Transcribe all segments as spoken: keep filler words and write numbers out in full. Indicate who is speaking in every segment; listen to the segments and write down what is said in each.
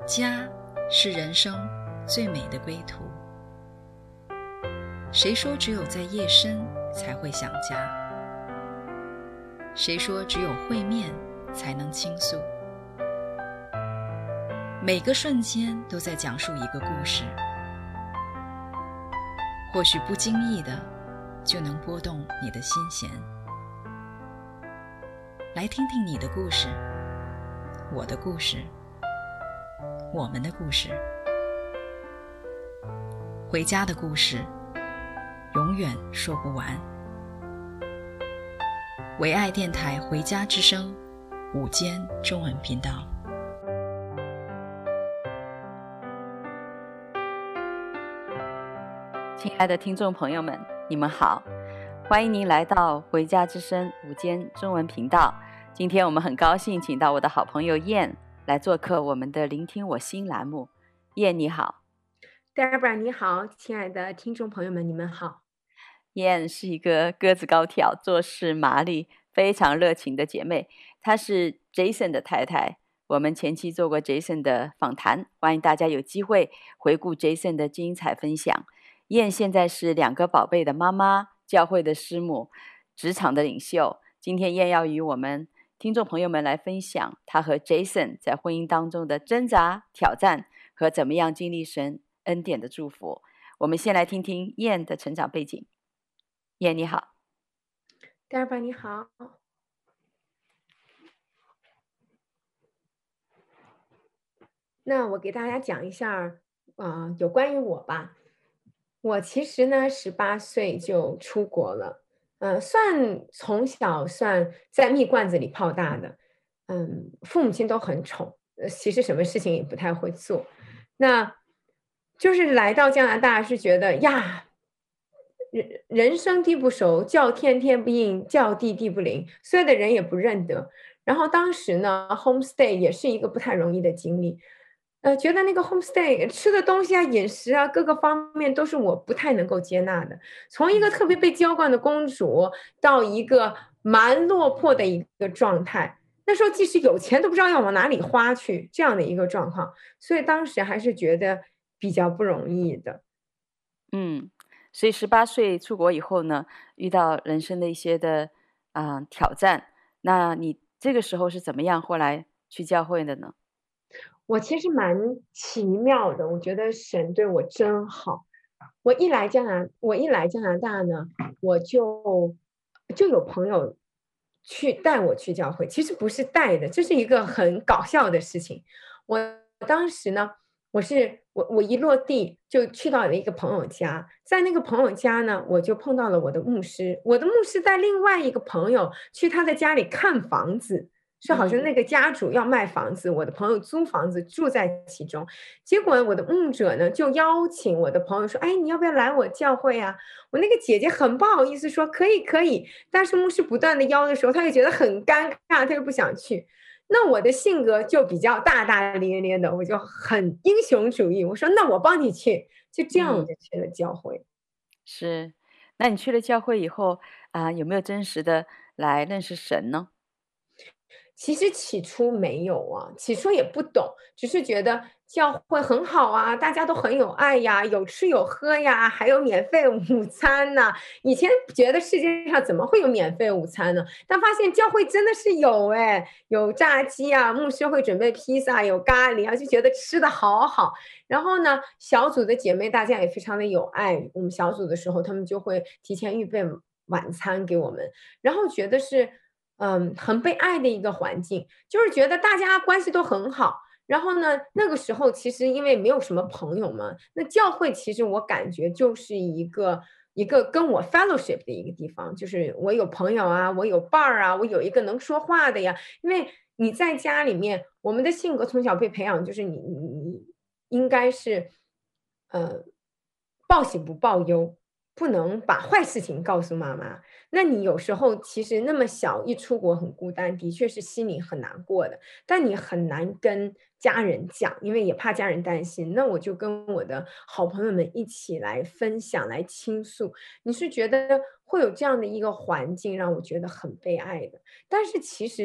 Speaker 1: 家是人生最美的归途。谁说只有在夜深才会想家？谁说只有会面才能倾诉？每个瞬间都在讲述一个故事，或许不经意的就能拨动你的心弦。来听听你的故事，我的故事，我们的故事。回家的故事永远说不完。唯爱电台回家之声午间中文频道。
Speaker 2: 亲爱的听众朋友们，你们好，欢迎您来到回家之声午间中文频道。今天我们很高兴请到我的好朋友燕来做客我们的聆听我心栏目。燕你好。
Speaker 3: Deborah 你好，亲爱的听众朋友们，你们好。
Speaker 2: 燕是一个个子高挑、做事麻利、非常热情的姐妹，她是 Jason 的太太。我们前期做过 Jason 的访谈，欢迎大家有机会回顾 Jason 的精彩分享。燕现在是两个宝贝的妈妈，教会的师母，职场的领袖。今天燕要与我们听众朋友们来分享她和 Jason 在婚姻当中的挣扎、挑战和怎么样经历神恩典的祝福。我们先来听听燕的成长背景。燕你好。
Speaker 3: Deborah 你好。那我给大家讲一下呃，有关于我吧。我其实呢十八岁就出国了，呃，算从小算在蜜罐子里泡大的。嗯，父母亲都很宠，呃其实什么事情也不太会做。那就是来到加拿大是觉得呀，人人生地不熟，叫天天不应，叫地地不灵，所有的人也不认得。然后当时呢 homestay 也是一个不太容易的经历。呃，觉得那个 homestay 吃的东西啊，饮食啊，各个方面都是我不太能够接纳的。从一个特别被娇惯的公主，到一个蛮落魄的一个状态。那时候即使有钱都不知道要往哪里花去，这样的一个状况。所以当时还是觉得比较不容易的。
Speaker 2: 嗯，所以十八岁出国以后呢，遇到人生的一些的啊、呃挑战，那你这个时候是怎么样后来去教会的呢？
Speaker 3: 我其实蛮奇妙的，我觉得神对我真好。我一来加拿我一来加拿大呢，我就就有朋友去带我去教会，其实不是带的，这是一个很搞笑的事情。我当时呢，我是我我一落地就去到了一个朋友家，在那个朋友家呢，我就碰到了我的牧师，我的牧师带另外一个朋友去他的家里看房子。是好像那个家主要卖房子，我的朋友租房子住在其中。结果我的牧者呢，就邀请我的朋友说：“哎，你要不要来我教会啊？”我那个姐姐很不好意思说：“可以，可以。”但是牧师不断的邀的时候，她又觉得很尴尬，她又不想去。那我的性格就比较大大咧咧的，我就很英雄主义。我说：“那我帮你去。”就这样我就去了教会。
Speaker 2: 是，那你去了教会以后啊、有没有真实的来认识神呢？
Speaker 3: 其实起初没有啊，起初也不懂，只是觉得教会很好啊，大家都很有爱呀，有吃有喝呀，还有免费午餐呐。以前觉得世界上怎么会有免费午餐呢？但发现教会真的是有哎，有炸鸡啊，牧师会准备披萨，有咖喱啊，就觉得吃的好好。然后呢，小组的姐妹大家也非常的有爱，我们小组的时候，他们就会提前预备晚餐给我们，然后觉得是嗯，很被爱的一个环境，就是觉得大家关系都很好。然后呢，那个时候其实因为没有什么朋友嘛，那教会其实我感觉就是一个一个跟我 fellowship 的一个地方，就是我有朋友啊，我有伴儿啊，我有一个能说话的呀。因为你在家里面，我们的性格从小被培养，就是你你你应该是，呃，报喜不报忧，不能把坏事情告诉妈妈。那你有时候其实那么小，一出国很孤单，的确是心里很难过的，但你很难跟家人讲，因为也怕家人担心。那我就跟我的好朋友们一起来分享、来倾诉。你是觉得会有这样的一个环境让我觉得很被爱的，但是其实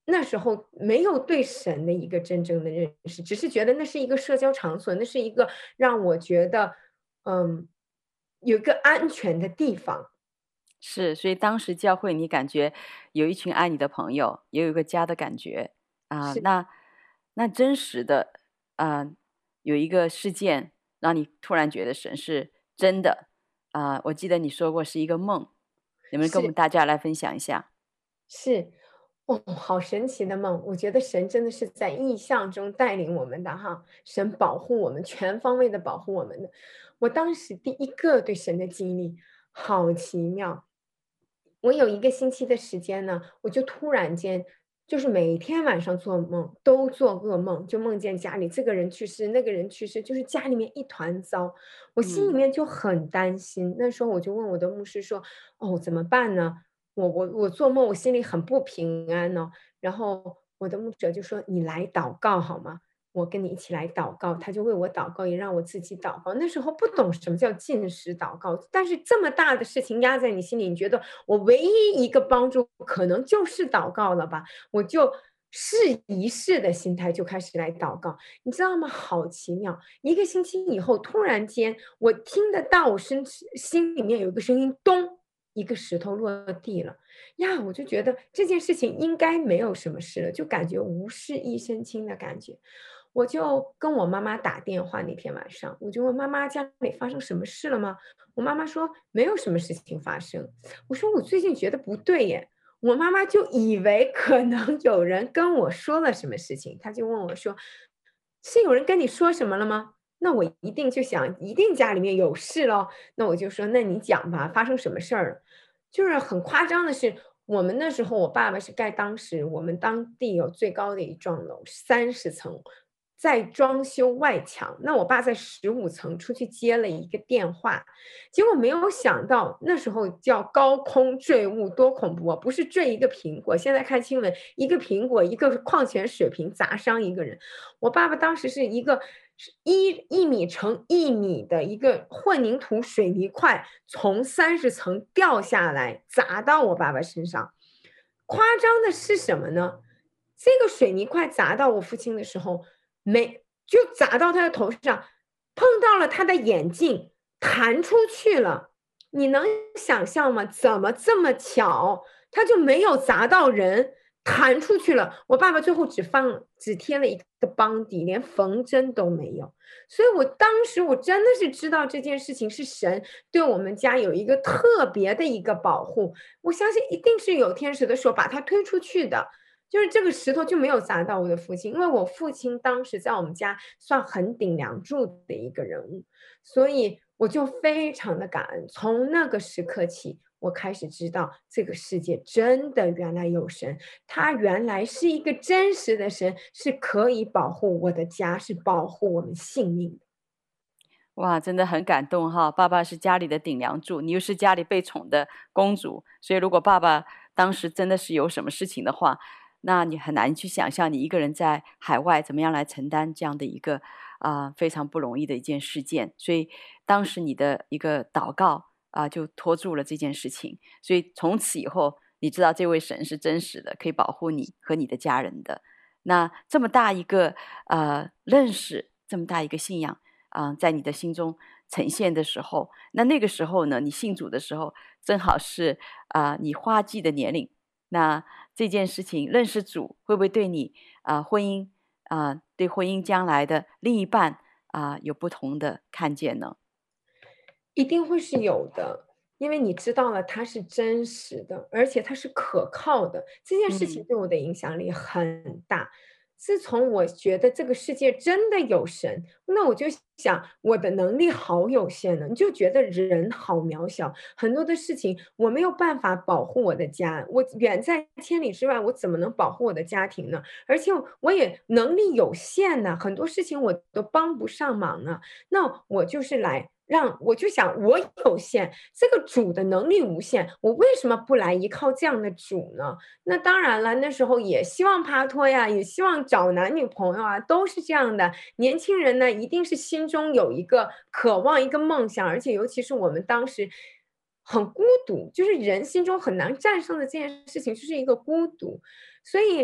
Speaker 3: 那时候没有对神的一个真正的认识，只是觉得那是一个社交场所，那是一个让我觉得，嗯，有一个安全的地方。
Speaker 2: 是，所以当时教会你感觉有一群爱你的朋友，也有一个家的感觉啊、
Speaker 3: 是
Speaker 2: 那那真实的啊、有一个事件让你突然觉得神是真的啊、我记得你说过是一个梦，能不能跟我们
Speaker 3: 是
Speaker 2: 大家来分享一下？
Speaker 3: 是，哦，好神奇的梦！我觉得神真的是在意象中带领我们的哈，神保护我们，全方位的保护我们的。我当时第一个对神的经历，好奇妙。我有一个星期的时间呢，我就突然间，就是每天晚上做梦都做噩梦，就梦见家里这个人去世，那个人去世，就是家里面一团糟，我心里
Speaker 2: 嗯。
Speaker 3: 面就很担心。那时候我就问我的牧师说：“哦，怎么办呢？我我我做梦，我心里很不平安呢。”然后我的牧者就说：“你来祷告好吗？我跟你一起来祷告。”他就为我祷告，也让我自己祷告。那时候不懂什么叫禁食祷告，但是这么大的事情压在你心里，你觉得我唯一一个帮助可能就是祷告了吧？我就试一试的心态就开始来祷告，你知道吗？好奇妙！一个星期以后，突然间我听得到我身心里面有一个声音，咚，一个石头落地了。呀，我就觉得这件事情应该没有什么事了，就感觉无事一身轻的感觉。我就跟我妈妈打电话，那天晚上，我就问妈妈家里发生什么事了吗？我妈妈说没有什么事情发生。我说我最近觉得不对耶，我妈妈就以为可能有人跟我说了什么事情，她就问我说：“是有人跟你说什么了吗？”那我一定就想，一定家里面有事咯。那我就说：“那你讲吧，发生什么事儿了？”就是很夸张的是，我们那时候我爸爸是盖当时我们当地有最高的一幢楼三十层，在装修外墙。那我爸在十五层出去接了一个电话，结果没有想到那时候叫高空坠物，多恐怖啊！不是坠一个苹果，现在看新闻，一个苹果，一个矿泉水瓶砸伤一个人。我爸爸当时是一个是一一米乘一米的一个混凝土水泥块从三十层掉下来，砸到我爸爸身上。夸张的是什么呢？这个水泥块砸到我父亲的时候，没就砸到他的头上，碰到了他的眼镜，弹出去了。你能想象吗？怎么这么巧，他就没有砸到人，弹出去了。我爸爸最后只放只贴了一个邦底，连缝针都没有。所以我当时我真的是知道这件事情是神对我们家有一个特别的一个保护，我相信一定是有天使的手把他推出去的。就是这个石头就没有砸到我的父亲，因为我父亲当时在我们家算很顶梁柱的一个人物，所以我就非常的感恩。从那个时刻起，我开始知道这个世界真的原来有神，他原来是一个真实的神，是可以保护我的家，是保护我们性命的。
Speaker 2: 哇，真的很感动哈！爸爸是家里的顶梁柱，你又是家里被宠的公主，所以如果爸爸当时真的是有什么事情的话，那你很难去想象你一个人在海外怎么样来承担这样的一个啊、非常不容易的一件事件。所以当时你的一个祷告啊、就拖住了这件事情。所以从此以后，你知道这位神是真实的，可以保护你和你的家人的。那这么大一个呃认识，这么大一个信仰。啊、在你的心中呈现的时候，那那个时候呢，你信主的时候，正好是啊、你花季的年龄。那这件事情认识主，会不会对你啊、婚姻啊、对婚姻将来的另一半啊、有不同的看见呢？
Speaker 3: 一定会是有的，因为你知道了它是真实的，而且它是可靠的。这件事情
Speaker 2: 嗯
Speaker 3: 对我的影响力很大。自从我觉得这个世界真的有神，那我就想我的能力好有限呢，你就觉得人好渺小，很多的事情我没有办法保护我的家，我远在千里之外，我怎么能保护我的家庭呢？而且我也能力有限呢，很多事情我都帮不上忙呢。那我就是来让我就想我有限，这个主的能力无限，我为什么不来依靠这样的主呢？那当然了，那时候也希望帕托呀，也希望找男女朋友啊，都是这样的。年轻人呢，一定是心中有一个渴望，一个梦想，而且尤其是我们当时很孤独，就是人心中很难战胜的这件事情，就是一个孤独。所以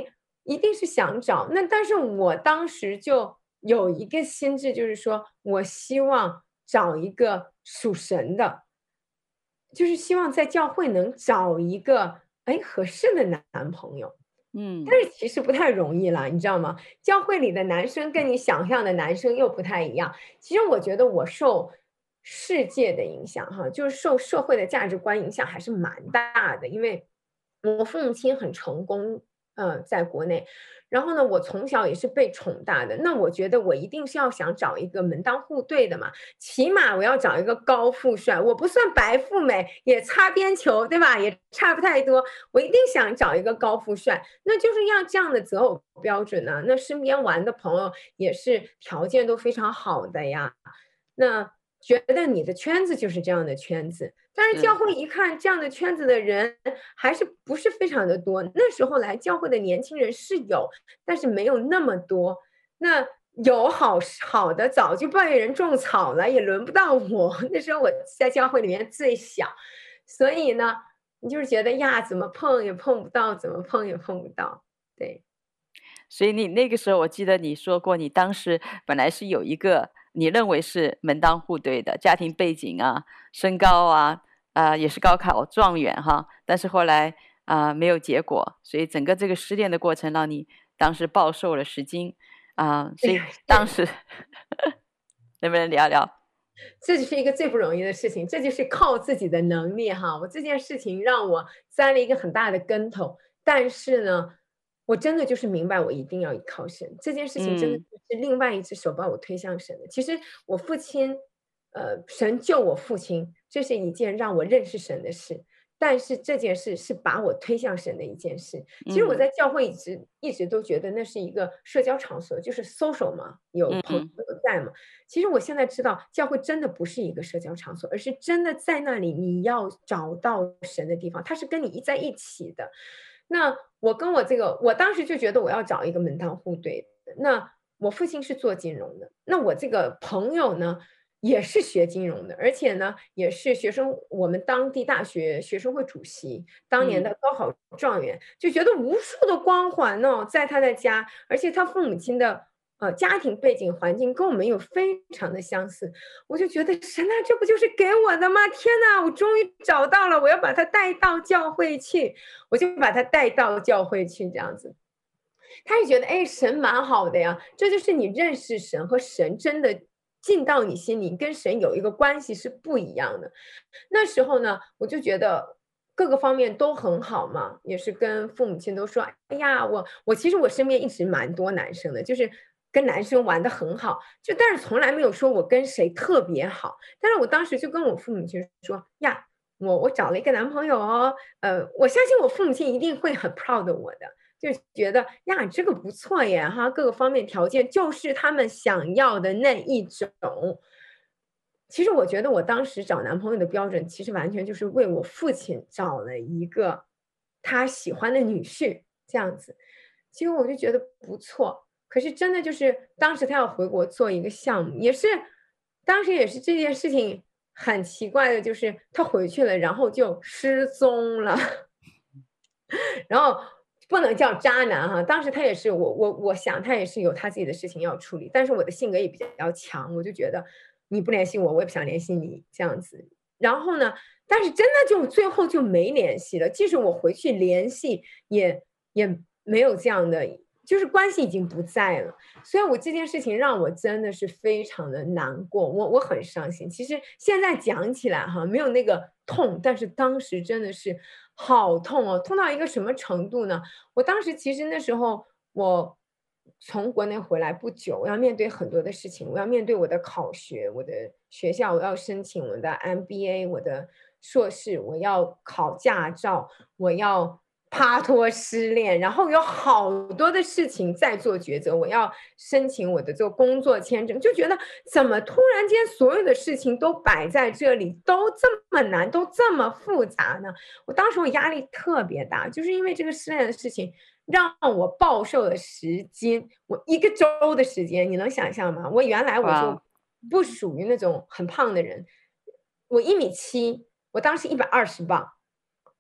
Speaker 3: 一定是想找。那但是我当时就有一个心智，就是说我希望找一个属神的，就是希望在教会能找一个哎合适的男朋友。
Speaker 2: 嗯
Speaker 3: 但是其实不太容易啦，你知道吗？教会里的男生跟你想象的男生又不太一样。其实我觉得我受世界的影响哈，就是受社会的价值观影响还是蛮大的。因为我父母亲很成功，呃，在国内，然后呢，我从小也是被宠大的。那我觉得我一定是要想找一个门当户对的嘛，起码我要找一个高富帅，我不算白富美，也擦边球，对吧？也差不太多，我一定想找一个高富帅，那就是要这样的择偶标准呢、那身边玩的朋友也是条件都非常好的呀，那觉得你的圈子就是这样的圈子。但是教会一看这样的圈子的人还是不是非常的多，那时候来教会的年轻人是有，但是没有那么多。那有好好的早就被人种草了，也轮不到我。那时候我在教会里面最小，所以呢，你就是觉得呀，怎么碰也碰不到，怎么碰也碰不到。对，
Speaker 2: 所以你那个时候，我记得你说过，你当时本来是有一个你认为是门当户对的家庭背景啊、身高啊，啊、也是高考状元哈，但是后来啊、没有结果，所以整个这个失恋的过程让你当时暴瘦了十斤啊、所以当时能不能聊聊？
Speaker 3: 这就是一个最不容易的事情，这就是靠自己的能力哈。我这件事情让我栽了一个很大的跟头，但是呢，我真的就是明白我一定要依靠神。这件事情真的
Speaker 2: 嗯
Speaker 3: 是另外一只手把我推向神的。其实我父亲，呃，神救我父亲，这是一件让我认识神的事。但是这件事是把我推向神的一件事。其实我
Speaker 2: 嗯
Speaker 3: 在教会一直一直都觉得那是一个社交场所，就是 social 嘛，有朋友
Speaker 2: 嗯
Speaker 3: 在嘛。其实我现在知道，教会真的不是一个社交场所，而是真的在那里你要找到神的地方，它是跟你一在一起的。那我跟我这个，我当时就觉得我要找一个门当户对的。那我父亲是做金融的，那我这个朋友呢，也是学金融的，而且呢，也是学生，我们当地大学学生会主席，当年的
Speaker 2: 嗯
Speaker 3: 高考状元，就觉得无数的光环哦，在他的家，而且他父母亲的呃家庭背景环境跟我们有非常的相似，我就觉得神啊，这不就是给我的吗？天哪，我终于找到了，我要把他带到教会去，我就把他带到教会去，这样子。他也觉得，哎，神蛮好的呀，这就是你认识神和神真的进到你心里，跟神有一个关系是不一样的。那时候呢，我就觉得各个方面都很好嘛，也是跟父母亲都说，哎呀，我我其实我身边一直蛮多男生的，就是跟男生玩的很好，就但是从来没有说我跟谁特别好。但是我当时就跟我父母亲说呀，我我找了一个男朋友哦，呃，我相信我父母亲一定会很 proud 我的。就觉得呀，这个不错耶，哈，各个方面条件就是他们想要的那一种。其实我觉得我当时找男朋友的标准，其实完全就是为我父亲找了一个他喜欢的女婿这样子。其实我就觉得不错，可是真的就是当时他要回国做一个项目，也是当时也是这件事情很奇怪的，就是他回去了，然后就失踪了。然后不能叫渣男哈，当时他也是我我我想他也是有他自己的事情要处理，但是我的性格也比较强，我就觉得你不联系我，我也不想联系你这样子。然后呢，但是真的就最后就没联系了，即使我回去联系，也也没有这样的，就是关系已经不在了。所以我这件事情让我真的是非常的难过，我我很伤心。其实现在讲起来哈，没有那个痛，但是当时真的是好痛哦，痛到一个什么程度呢？我当时其实那时候我从国内回来不久，我要面对很多的事情，我要面对我的考学，我的学校，我要申请我的 M B A，我的硕士，我要考驾照，我要帕托失恋，然后有好多的事情在做抉择，我要申请我的这个工作签证，就觉得怎么突然间所有的事情都摆在这里，都这么难，都这么复杂呢？我当时我压力特别大，就是因为这个失恋的事情让我暴瘦了十斤，我一个周的时间，你能想象吗？我原来我
Speaker 2: 哇
Speaker 3: 就不属于那种很胖的人，我一米七，我当时一百二十磅。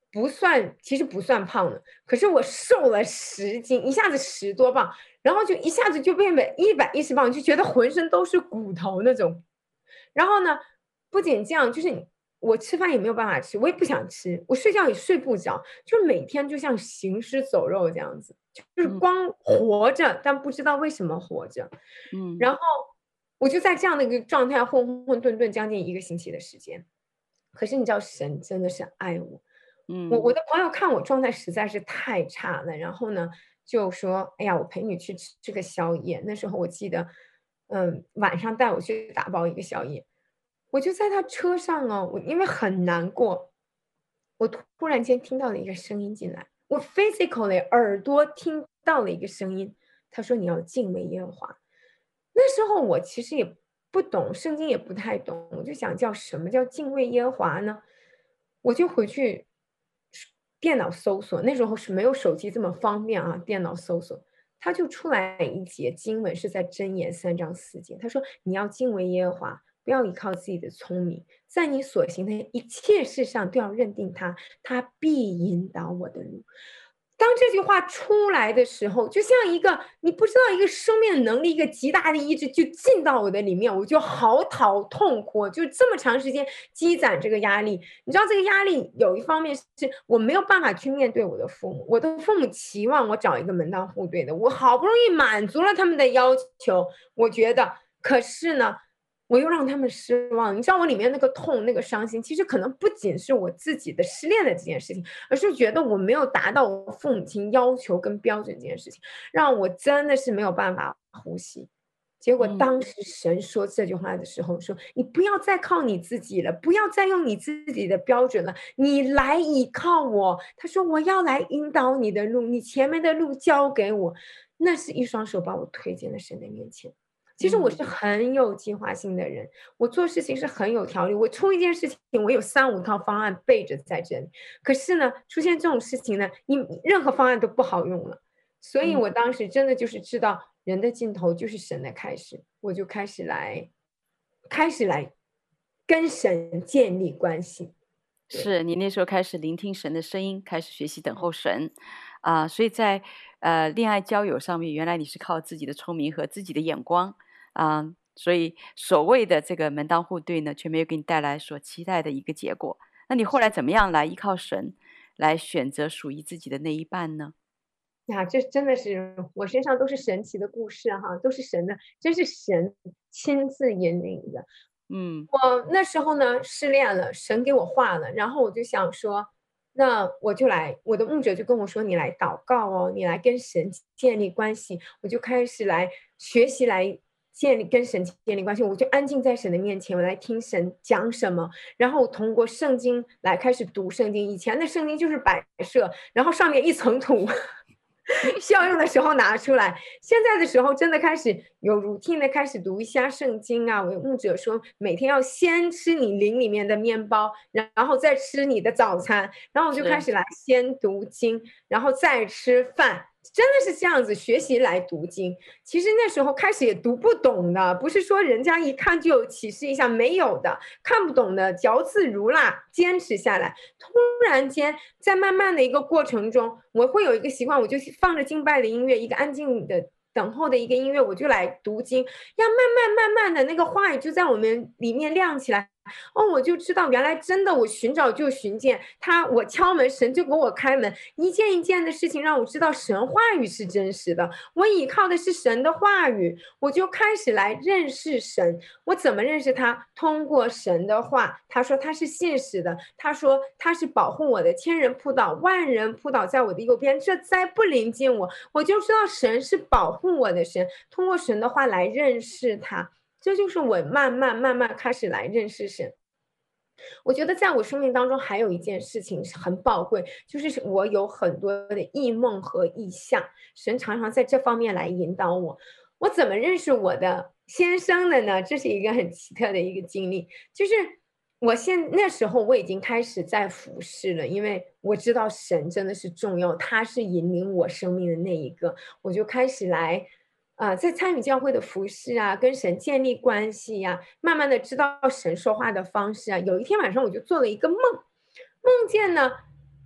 Speaker 3: 不算，其实不算胖的，可是我瘦了十斤，一下子十多磅，然后就一下子就变为一百一十磅，就觉得浑身都是骨头那种。然后呢，不仅这样，就是我吃饭也没有办法吃，我也不想吃，我睡觉也睡不着，就每天就像行尸走肉这样子，就是
Speaker 2: 嗯
Speaker 3: 光活着，但不知道为什么活着。
Speaker 2: 嗯
Speaker 3: 然后我就在这样的一个状态混混沌沌将近一个星期的时间。可是你知道，神真的是爱我。我我
Speaker 2: 嗯
Speaker 3: 的朋友看我状态实在是太差了，然后呢就说：“哎呀，我陪你去吃吃个宵夜。”那时候我记得，嗯，晚上带我去打包一个宵夜，我就在他车上哦，我因为很难过，我突然间听到了一个声音进来，我 physically 耳朵听到了一个声音，他说：“你要敬畏耶和华。”那时候我其实也不懂，圣经也不太懂，我就想叫什么叫敬畏耶和华呢？我就回去电脑搜索，那时候是没有手机这么方便啊，电脑搜索，它就出来一节经文是在箴言三章四节，他说你要敬畏耶和华，不要依靠自己的聪明，在你所行的一切事上都要认定他，他必引导我的路。当这句话出来的时候，就像一个你不知道一个生命能力，一个极大的意志就进到我的里面，我就嚎啕痛哭，就这么长时间积攒这个压力。你知道这个压力有一方面是我没有办法去面对我的父母，我的父母期望我找一个门当户对的，我好不容易满足了他们的要求，我觉得，可是呢，我又让他们失望。你知道我里面那个痛那个伤心，其实可能不仅是我自己的失恋的这件事情，而是觉得我没有达到我父母亲要求跟标准这件事情，让我真的是没有办法呼吸。结果
Speaker 2: 嗯
Speaker 3: 当时神说这句话的时候说，你不要再靠你自己了，不要再用你自己的标准了，你来依靠我。他说我要来引导你的路，你前面的路交给我。那是一双手把我推进了神的面前。其实我是很有计划性的人，我做事情是很有条理，我出一件事情，我有三五套方案备着在这里。可是呢，出现这种事情呢，你任何方案都不好用了。所以
Speaker 2: 嗯
Speaker 3: 我当时真的就是知道人的尽头就是神的开始，我就开始来，开始来跟神建立关系。对
Speaker 2: 是你那时候开始聆听神的声音，开始学习等候神，啊、所以在呃恋爱交友上面，原来你是靠自己的聪明和自己的眼光啊、所以所谓的这个门当户对呢，却没有给你带来所期待的一个结果。那你后来怎么样来依靠神，来选择属于自己的那一半呢？
Speaker 3: 呀，这真的是我身上都是神奇的故事哈，都是神的，真是神亲自引领的。
Speaker 2: 嗯
Speaker 3: 我那时候呢失恋了，神给我画了，然后我就想说，那我就来，我的牧者就跟我说，你来祷告哦，你来跟神建立关系，我就开始来学习来建立跟神建立关系，我就安静在神的面前，我来听神讲什么，然后通过圣经来开始读圣经。以前的圣经就是摆设，然后上面一层土。需要用的时候拿出来。现在的时候真的开始有 routine 的开始读一下圣经啊。我有牧者说，每天要先吃你灵里面的面包，然后再吃你的早餐，然后我就是开始来先读经，然后再吃饭。真的是这样子学习来读经。其实那时候开始也读不懂的，不是说人家一看就有启示一下，没有的，看不懂的，嚼字如蜡，坚持下来。突然间在慢慢的一个过程中，我会有一个习惯，我就放着敬拜的音乐，一个安静的等候的一个音乐，我就来读经，呀，慢慢慢慢的那个话语就在我们里面亮起来。哦，我就知道原来真的，我寻找就寻见他，我敲门，神就给我开门，一件一件的事情让我知道神话语是真实的，我依靠的是神的话语，我就开始来认识神。我怎么认识他？通过神的话，他说他是信实的，他说他是保护我的，千人扑倒，万人扑倒在我的右边，这灾不临近我。我就知道神是保护我的神，通过神的话来认识他。这就是我慢慢慢慢开始来认识神。我觉得在我生命当中还有一件事情是很宝贵，就是我有很多的异梦和异象，神常常在这方面来引导我。我怎么认识我的先生的呢？这是一个很奇特的一个经历，就是我现那时候我已经开始在服侍了，因为我知道神真的是重要，他是引领我生命的那一个，我就开始来啊、呃，在参与教会的服侍啊，跟神建立关系呀、啊，慢慢的知道神说话的方式啊。有一天晚上我就做了一个梦，梦见呢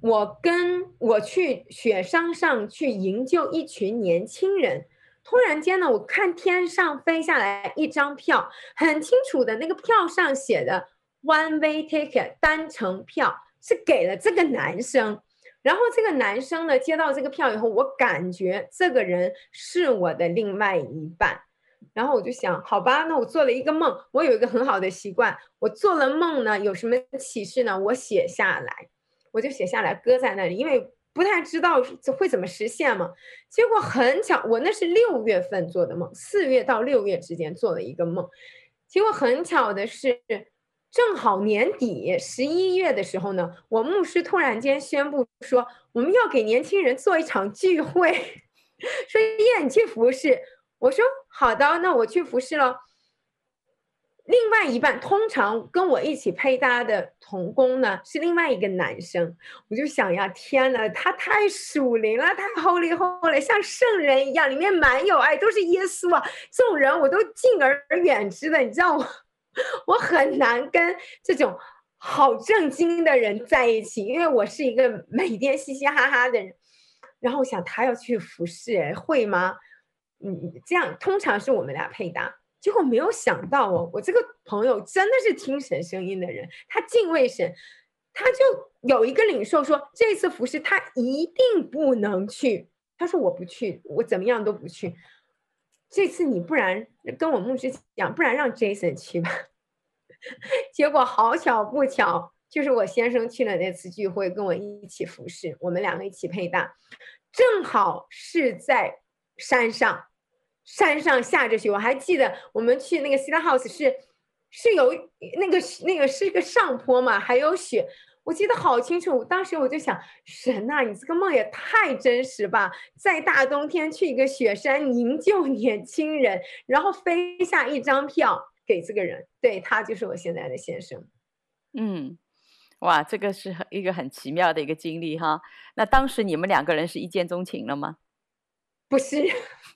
Speaker 3: 我跟我去雪山上去营救一群年轻人，突然间呢，我看天上飞下来一张票，很清楚的那个票上写的 one way ticket 单程票，是给了这个男生。然后这个男生呢接到这个票以后，我感觉这个人是我的另外一半。然后我就想，好吧，那我做了一个梦。我有一个很好的习惯，我做了梦呢，有什么启示呢？我写下来，我就写下来搁在那里，因为不太知道会怎么实现嘛。结果很巧，我那是六月份做的梦，四月到六月之间做了一个梦。结果很巧的是，正好年底十一月的时候呢，我牧师突然间宣布说，我们要给年轻人做一场聚会，说耶，你去服侍。我说好的，那我去服侍了。另外一半通常跟我一起配搭的同工呢是另外一个男生，我就想呀，天哪，他太属灵了，太 holy holy，像圣人一样，里面满有爱，都是耶稣啊，这种人我都敬而远之的，你知道我我很难跟这种好正经的人在一起，因为我是一个每天嘻嘻哈哈的人。然后我想他要去服侍，会吗？嗯，这样通常是我们俩配搭。结果没有想到哦，我这个朋友真的是听神声音的人，他敬畏神，他就有一个领受说，这次服侍他一定不能去。他说我不去，我怎么样都不去。这次你不然跟我牧师讲，不然让 Jason 去吧。结果好巧不巧，就是我先生去了那次聚会，跟我一起服侍，我们两个一起配搭，正好是在山上。山上下着雪，我还记得我们去那个 Cedar House 是是有那个那个是个上坡嘛，还有雪，我记得好清楚。当时我就想，神呐，你这个梦也太真实吧！在大冬天去一个雪山营救年轻人，然后飞下一张票给这个人，对，他就是我现在的先生。
Speaker 2: 嗯，哇，这个是一个很奇妙的一个经历哈。那当时你们两个人是一见钟情了吗？
Speaker 3: 不是。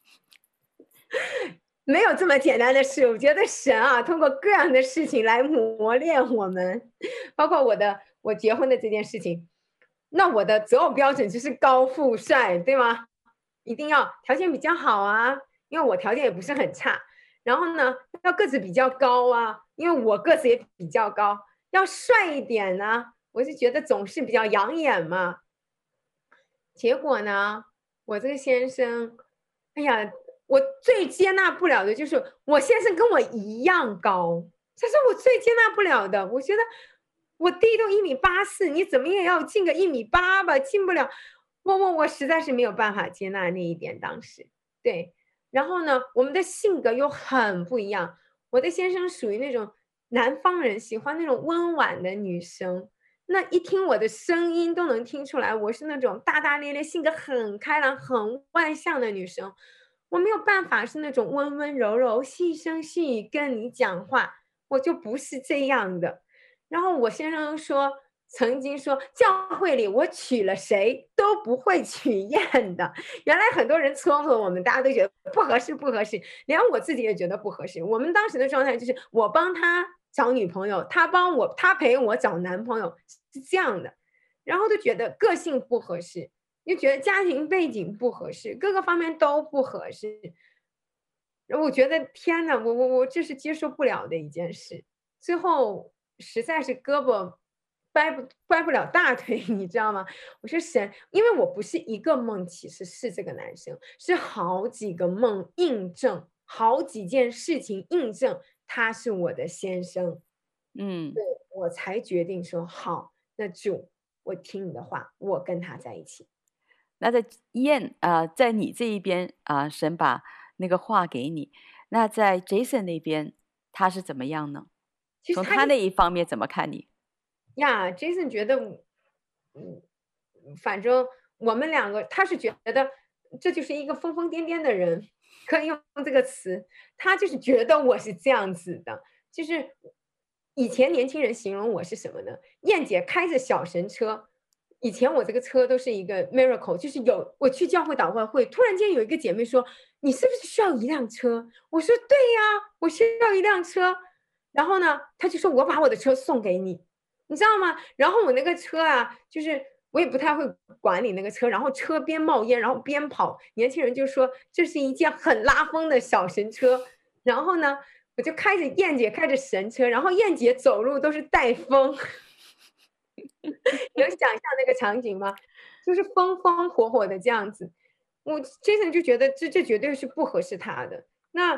Speaker 3: 没有这么简单的事，我觉得神啊，通过各样的事情来磨练我们，包括我的我结婚的这件事情。那我的择偶标准就是高富帅，对吗？一定要条件比较好啊，因为我条件也不是很差。然后呢，要个子比较高啊，因为我个子也比较高。要帅一点呢，我就觉得总是比较养眼嘛。结果呢，我这个先生，哎呀。我最接纳不了的就是我先生跟我一样高，这是我最接纳不了的。我觉得我弟都一米八四，你怎么也要进个一米八吧，进不了。我我我实在是没有办法接纳那一点，当时对。然后呢，我们的性格又很不一样。我的先生属于那种南方人，喜欢那种温婉的女生。那一听我的声音都能听出来，我是那种大大咧咧、性格很开朗、很外向的女生。我没有办法是那种温温柔柔、细声细语跟你讲话，我就不是这样的。然后我先生说，曾经说教会里我娶了谁都不会取艳的。原来很多人撮合我们，大家都觉得不合适，不合适，连我自己也觉得不合适。我们当时的状态就是我帮他找女朋友，他帮我，他陪我找男朋友，是这样的。然后就觉得个性不合适。就觉得家庭背景不合适，各个方面都不合适。我觉得天哪，我我我这是接受不了的一件事。最后实在是胳膊掰不掰不了大腿，你知道吗？我说神，因为我不是一个梦其实是这个男生，是好几个梦印证，好几件事情印证他是我的先生。
Speaker 2: 嗯，
Speaker 3: 对，我才决定说好，那主，我听你的话，我跟他在一起。
Speaker 2: 那在燕啊、呃，在你这一边啊、呃，神把那个话给你。那在 Jason 那边，他是怎么样呢？
Speaker 3: 其实他
Speaker 2: 从他那一方面怎么看你？
Speaker 3: 呀 ，Jason 觉得，嗯，反正我们两个，他是觉得这就是一个疯疯癫癫的人，可以用这个词。他就是觉得我是这样子的，就是以前年轻人形容我是什么呢？燕姐开着小神车。以前我这个车都是一个 miracle， 就是有我去教会祷告会，突然间有一个姐妹说：“你是不是需要一辆车？”我说：“对呀，我需要一辆车。”然后呢，她就说：“我把我的车送给你，你知道吗？”然后我那个车啊，就是我我也不太会管理那个车，然后车边冒烟，然后边跑，年轻人就说这是一件很拉风的小神车。然后呢，我就开着燕姐开着神车，然后燕姐走路都是带风，能想象那个场景吗？就是风风火火的这样子。我 Jason 就觉得这这绝对是不合适他的。那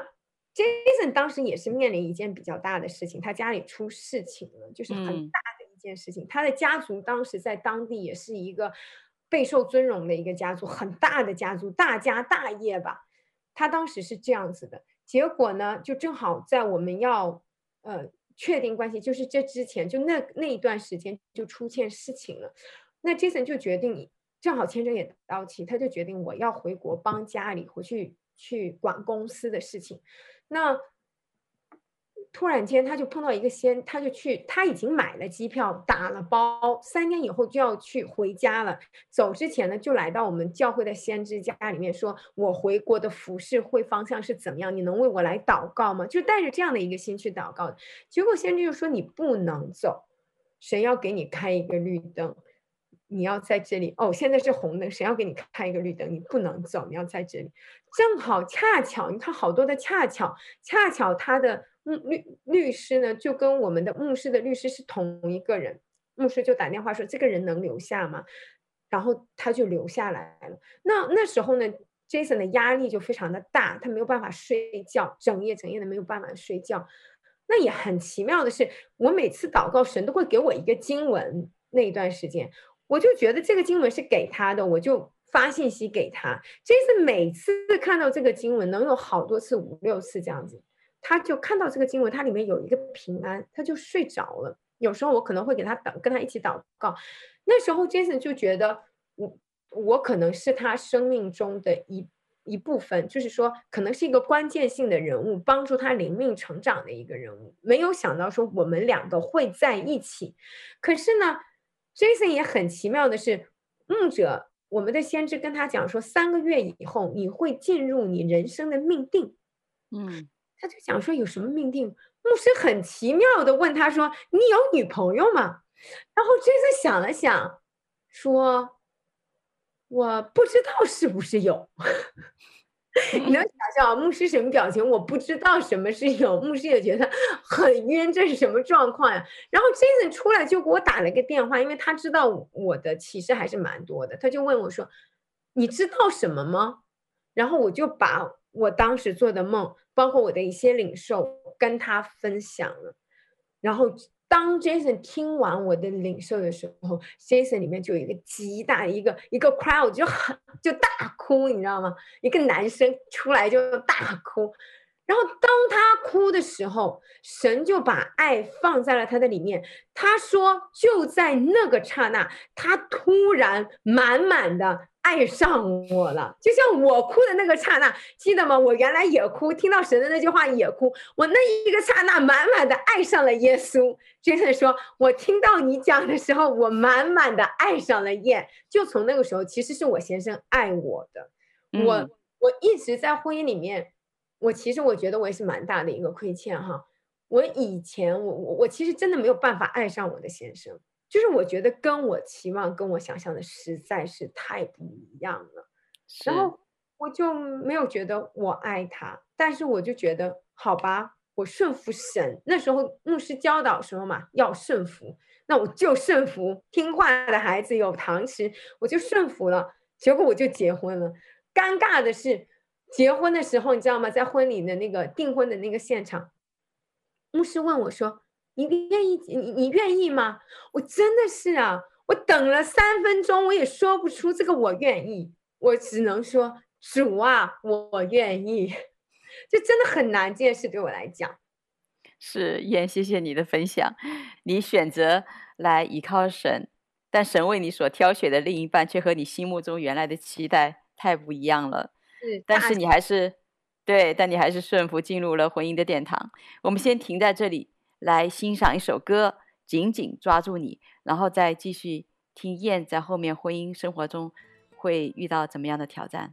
Speaker 3: Jason 当时也是面临一件比较大的事情，他家里出事情了，就是很
Speaker 2: 嗯
Speaker 3: 大的一件事情。他的家族当时在当地也是一个备受尊荣的一个家族，很大的家族，大家大业吧。他当时是这样子的，结果呢，就正好在我们要呃确定关系，就是这之前，就那那一段时间就出现事情了。那 Jason 就决定，正好签证也到期，他就决定我要回国帮家里回去去管公司的事情。那突然间他就碰到一个先，他就去，他已经买了机票，打了包，三天以后就要去回家了。走之前呢，就来到我们教会的先知家里面说，我回国的服事会方向是怎么样？你能为我来祷告吗？就带着这样的一个心去祷告的。结果先知就说你不能走，神要给你开一个绿灯，你要在这里。哦，现在是红灯，神要给你开一个绿灯，你不能走，你要在这里。正好恰巧，你看好多的恰巧，恰巧他的律律师呢，就跟我们的牧师的律师是同一个人。牧师就打电话说这个人能留下吗？然后他就留下来了。那那时候呢 Jason 的压力就非常的大，他没有办法睡觉，整夜整夜的没有办法睡觉。那也很奇妙的是，我每次祷告神都会给我一个经文，那一段时间我就觉得这个经文是给他的，我就发信息给他。Jason 每次看到这个经文能有好多次，五六次这样子，他就看到这个经文，它里面有一个平安，他就睡着了。有时候我可能会给他祷，跟他一起祷告。那时候 Jason 就觉得我我可能是他生命中的一一部分，就是说可能是一个关键性的人物，帮助他灵命成长的一个人物。没有想到说我们两个会在一起。可是呢 Jason 也很奇妙的是，牧者我们的先知跟他讲说，三个月以后你会进入你人生的命定。
Speaker 2: 嗯，
Speaker 3: 他就想说有什么命定？牧师很奇妙的问他说，你有女朋友吗？然后 Jason 想了想说，我不知道是不是有。你能想象牧师什么表情？我不知道什么是有。牧师也觉得很晕，这是什么状况呀？然后 Jason 出来就给我打了个电话，因为他知道我的启示还是蛮多的，他就问我说，你知道什么吗？然后我就把我当时做的梦，包括我的一些领受跟他分享了。然后当 Jason 听完我的领受的时候， Jason 里面就有一个极大的一个一个 crowd 就很就大哭，你知道吗？一个男生出来就大哭。然后当他哭的时候，神就把爱放在了他的里面。他说就在那个刹那，他突然满满的爱上我了，就像我哭的那个刹那，记得吗？我原来也哭，听到神的那句话也哭，我那一个刹那满满的爱上了耶稣。Jason 说，我听到你讲的时候，我满满的爱上了耶。就从那个时候，其实是我先生爱我的。我、
Speaker 2: 嗯、
Speaker 3: 我一直在婚姻里面，我其实我觉得我也是蛮大的一个亏欠哈。我以前我我我其实真的没有办法爱上我的先生，就是我觉得跟我期望跟我想象的实在是太不一样了。然后我就没有觉得我爱他，但是我就觉得好吧，我顺服神。那时候牧师教导说嘛，要顺服，那我就顺服，听话的孩子有糖吃，我就顺服了。结果我就结婚了。尴尬的是，结婚的时候你知道吗？在婚礼的那个订婚的那个现场，牧师问我说，你愿意你你愿意吗？我真的是啊，我等了三分钟，我也说不出这个我愿意，我只能说主啊，我愿意。这真的很难，这件事对我来讲。
Speaker 2: 是燕，谢谢你的分享。你选择来依靠神，但神为你所挑选的另一半却和你心目中原来的期待太不一样了。
Speaker 3: 是，
Speaker 2: 但是你还是对，但你还是顺服进入了婚姻的殿堂。我们先停在这里，来欣赏一首歌，紧紧抓住你，然后再继续听燕在后面婚姻生活中会遇到怎么样的挑战。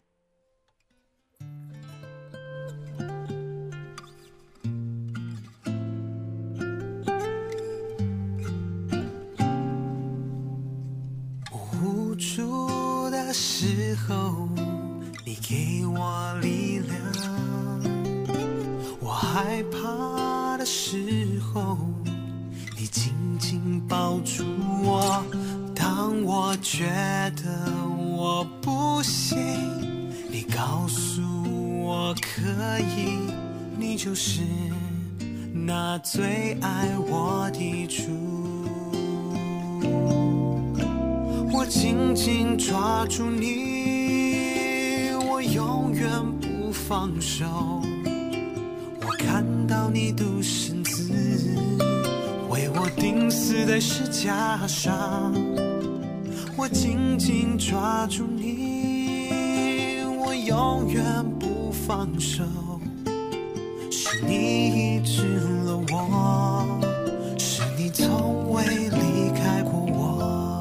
Speaker 4: 无时候，你给我力量；我害怕的时候，你紧紧抱住我。当我觉得我不行，你告诉我可以，你就是那最爱我的主。我紧紧抓住你，我永远不放手。我看到你独生子为我钉死在十架上，我紧紧抓住你，我永远不放手。是你医治了我，是你从未离开过我。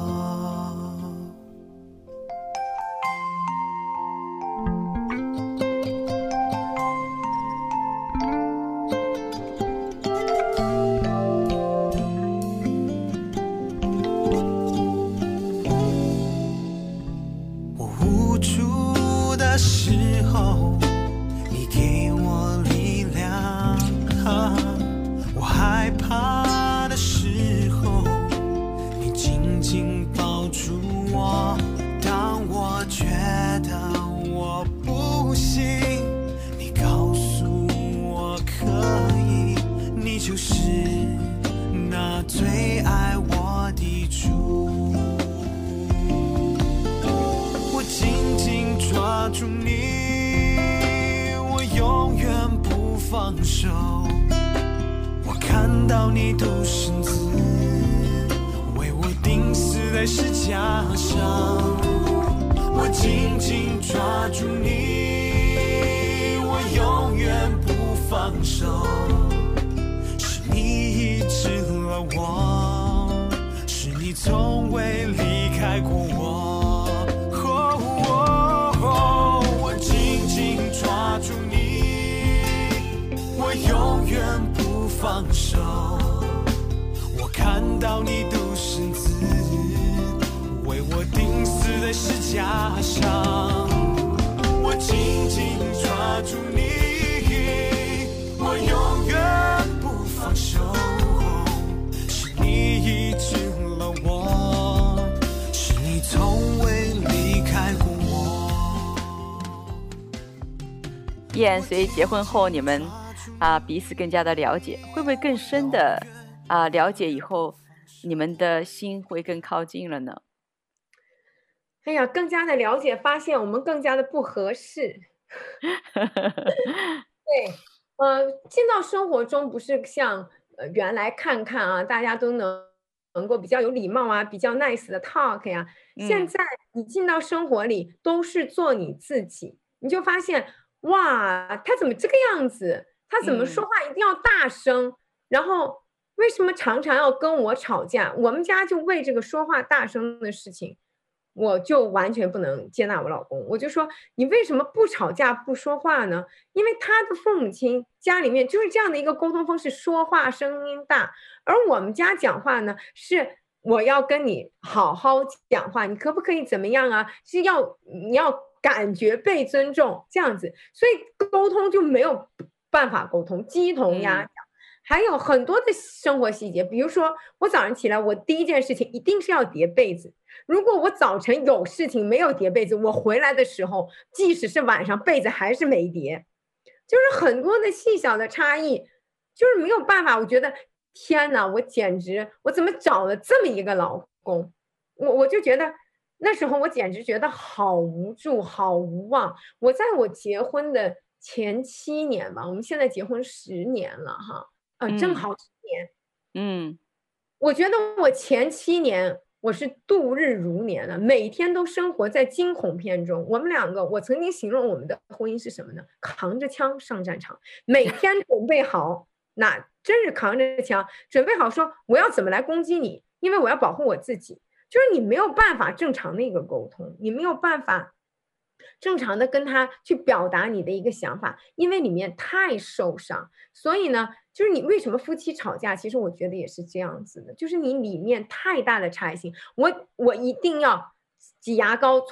Speaker 4: 我无助的时候，你给我力量；我害怕的时候，你紧紧抱住我。当我觉得我不行，你告诉我可以，你就是那最爱我的主。我紧紧抓住你，我永远不放手。我看到你独生子为我钉死在十架上，我紧紧抓住你，我永远不放手。是你医治了我，是你从未离开过我。我紧紧抓住你，我永远不放手。我看到你独生子为我钉死在十架上，我紧紧抓住你，我永远不放手。是你医治了我，是你从未离开过我。
Speaker 2: 依然随结婚后你们啊彼此更加的了解，会不会更深的啊了解以后，你们的心会更靠近了呢？
Speaker 3: 哎呀，更加的了解，发现我们更加的不合适。对，呃，进到生活中不是像呃原来看看啊，大家都能能够比较有礼貌啊，比较 nice 的 talk 呀。现
Speaker 2: 嗯
Speaker 3: 在你进到生活里都是做你自己，你就发现哇，他怎么这个样子？他怎么说
Speaker 2: 嗯
Speaker 3: 话一定要大声？然后为什么常常要跟我吵架？我们家就为这个说话大声的事情，我就完全不能接纳我老公。我就说你为什么不吵架不说话呢？因为他的父母亲家里面就是这样的一个沟通方式，说话声音大，而我们家讲话呢是我要跟你好好讲话，你可不可以怎么样啊？是要你要感觉被尊重这样子，所以沟通就没有办法沟通，鸡同鸭讲。
Speaker 2: 嗯
Speaker 3: 还有很多的生活细节，比如说我早上起来，我第一件事情一定是要叠被子。如果我早晨有事情没有叠被子，我回来的时候，即使是晚上，被子还是没叠。就是很多的细小的差异，就是没有办法。我觉得天哪，我简直，我怎么找了这么一个老公？我我就觉得那时候我简直觉得好无助，好无望。我在我结婚的前七年吧，我们现在结婚十年了哈。呃，正好十年。
Speaker 2: 嗯
Speaker 3: 我觉得我前七年我是度日如年了，每天都生活在惊恐片中。我们两个，我曾经形容我们的婚姻是什么呢？扛着枪上战场，每天准备好，那真是扛着枪，准备好说我要怎么来攻击你，因为我要保护我自己。就是你没有办法正常的一个沟通，你没有办法正常的跟他去表达你的一个想法，因为里面太受伤。所以呢，就是你为什么夫妻吵架，其实我觉得也是这样子的，就是你里面太大的差异性。我我一定要挤牙膏从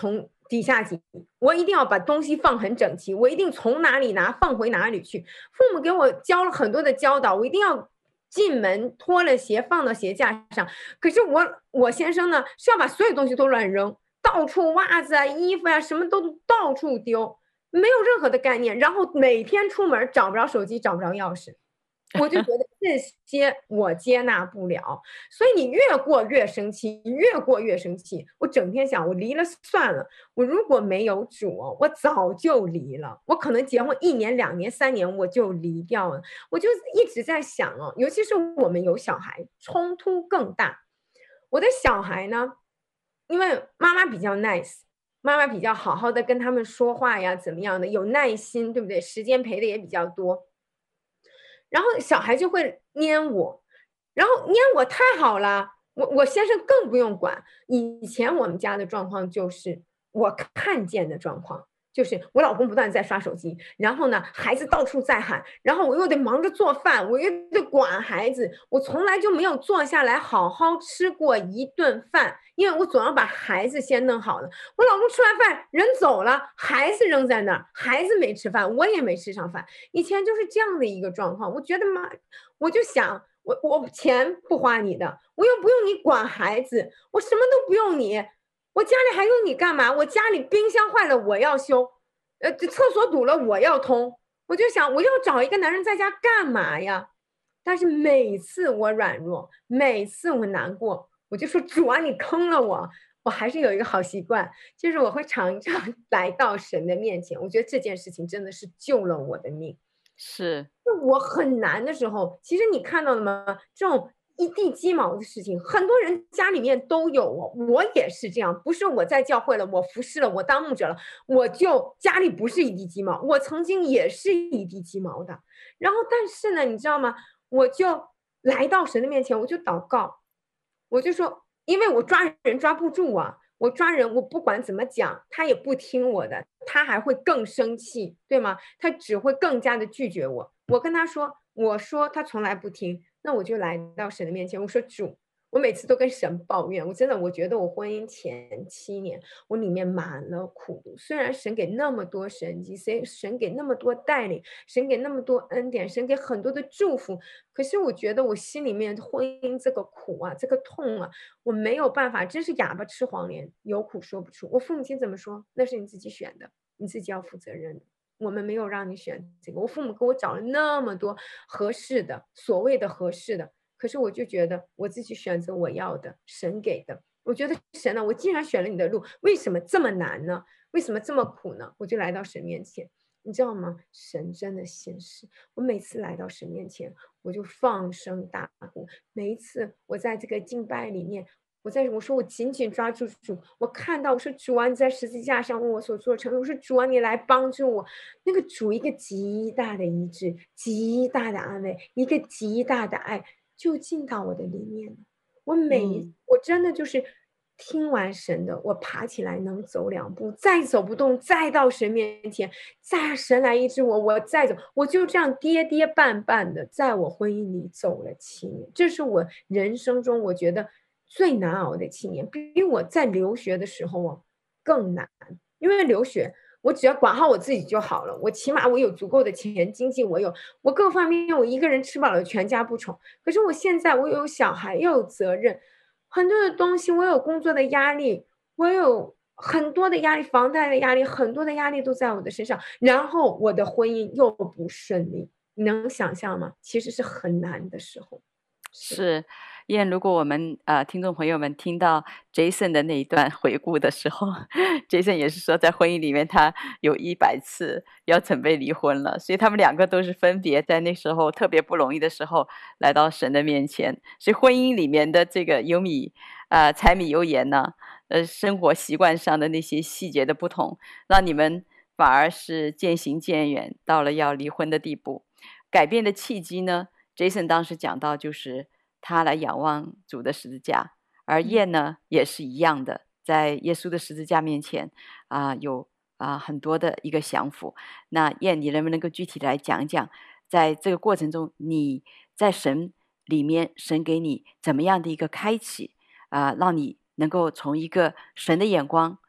Speaker 3: 底下几，我一定要把东西放很整齐，我一定从哪里拿放回哪里去。父母给我教了很多的教导，我一定要进门脱了鞋放到鞋架上。可是我我先生呢是要把所有东西都乱扔，到处袜子啊衣服啊什么都到处丢，没有任何的概念，然后每天出门找不着手机找不着钥匙。我就觉得这些我接纳不了，所以你越过越生气，越过越生气。我整天想，我离了算了。我如果没有主，我早就离了。我可能结婚一年、两年、三年我就离掉了。我就一直在想哦，尤其是我们有小孩，冲突更大。我的小孩呢，因为妈妈比较 nice， 妈妈比较好好的跟他们说话呀，怎么样的，有耐心，对不对？时间陪的也比较多。然后小孩就会黏我，然后黏我太好了，我我先生更不用管。以前我们家的状况就是我看见的状况，就是我老公不断在刷手机，然后呢孩子到处在喊，然后我又得忙着做饭，我又得管孩子，我从来就没有坐下来好好吃过一顿饭，因为我总要把孩子先弄好了。我老公吃完饭人走了，孩子扔在那儿，孩子没吃饭，我也没吃上饭。以前就是这样的一个状况，我觉得嘛，我就想我我钱不花你的，我又不用你管孩子，我什么都不用你，我家里还用你干嘛？我家里冰箱坏了我要修，呃，厕所堵了我要通。我就想我要找一个男人在家干嘛呀？但是每次我软弱，每次我难过，我就说主啊，你坑了我。我还是有一个好习惯，就是我会常常来到神的面前。我觉得这件事情真的是救了我的命。
Speaker 2: 是，
Speaker 3: 我很难的时候，其实你看到了吗？这种一地鸡毛的事情，很多人家里面都有哦，我也是这样。不是我在教会了，我服侍了，我当牧者了，我就家里不是一地鸡毛。我曾经也是一地鸡毛的。然后，但是呢，你知道吗？我就来到神的面前，我就祷告，我就说。因为我抓人抓不住啊，我抓人，我不管怎么讲，他也不听我的，他还会更生气，对吗？他只会更加的拒绝我。我跟他说，我说他从来不听，那我就来到神的面前，我说主，我每次都跟神抱怨，我真的我觉得我婚姻前七年，我里面满了苦毒。虽然神给那么多神迹，神神给那么多带领，神给那么多恩典，神给很多的祝福，可是我觉得我心里面婚姻这个苦啊，这个痛啊，我没有办法，真是哑巴吃黄连，有苦说不出。我父母亲怎么说？那是你自己选的，你自己要负责任的。我们没有让你选这个。我父母给我找了那么多合适的，所谓的合适的。可是我就觉得我自己选择我要的，神给的。我觉得神呢，我既然选了你的路，为什么这么难呢？为什么这么苦呢？我就来到神面前，你知道吗？神真的现实。我每次来到神面前，我就放声大哭。每一次我在这个敬拜里面，我在我说我紧紧抓住主，我看到我说主啊，你在十字架上为我所做成的，我说主啊，你来帮助我。那个主一个极大的医治，极大的安慰，一个极大的爱。就进到我的里面了。我每、嗯、我真的就是听完神的，我爬起来能走两步，再走不动，再到神面前，再神来医治我，我再走，我就这样跌跌绊绊的，在我婚姻里走了七年。这是我人生中我觉得最难熬的七年，比我在留学的时候更难。因为留学我只要管好我自己就好了，我起码我有足够的钱，经济我有，我各方面我一个人吃饱了全家不愁。可是我现在我有小孩，又有责任，很多的东西，我有工作的压力，我有很多的压力，房贷的压力，很多的压力都在我的身上，然后我的婚姻又不顺利，你能想象吗？其实是很难的时候。
Speaker 2: 是，燕，如果我们呃听众朋友们听到 Jason 的那一段回顾的时候，Jason 也是说在婚姻里面他有一百次要准备离婚了，所以他们两个都是分别在那时候特别不容易的时候来到神的面前。所以婚姻里面的这个油米呃柴米油盐呢，呃生活习惯上的那些细节的不同，让你们反而是渐行渐远，到了要离婚的地步。改变的契机呢，Jason 当时讲到就是他来仰望主的十字架，而燕呢、嗯、也是一样的，在耶稣的十字架面前啊、呃、有啊、呃、很多的一个降服。那燕，你能不能够具体来讲讲，在这个过程中你在神里面，神给你怎么样的一个开启啊、呃，让你能够从一个神的眼光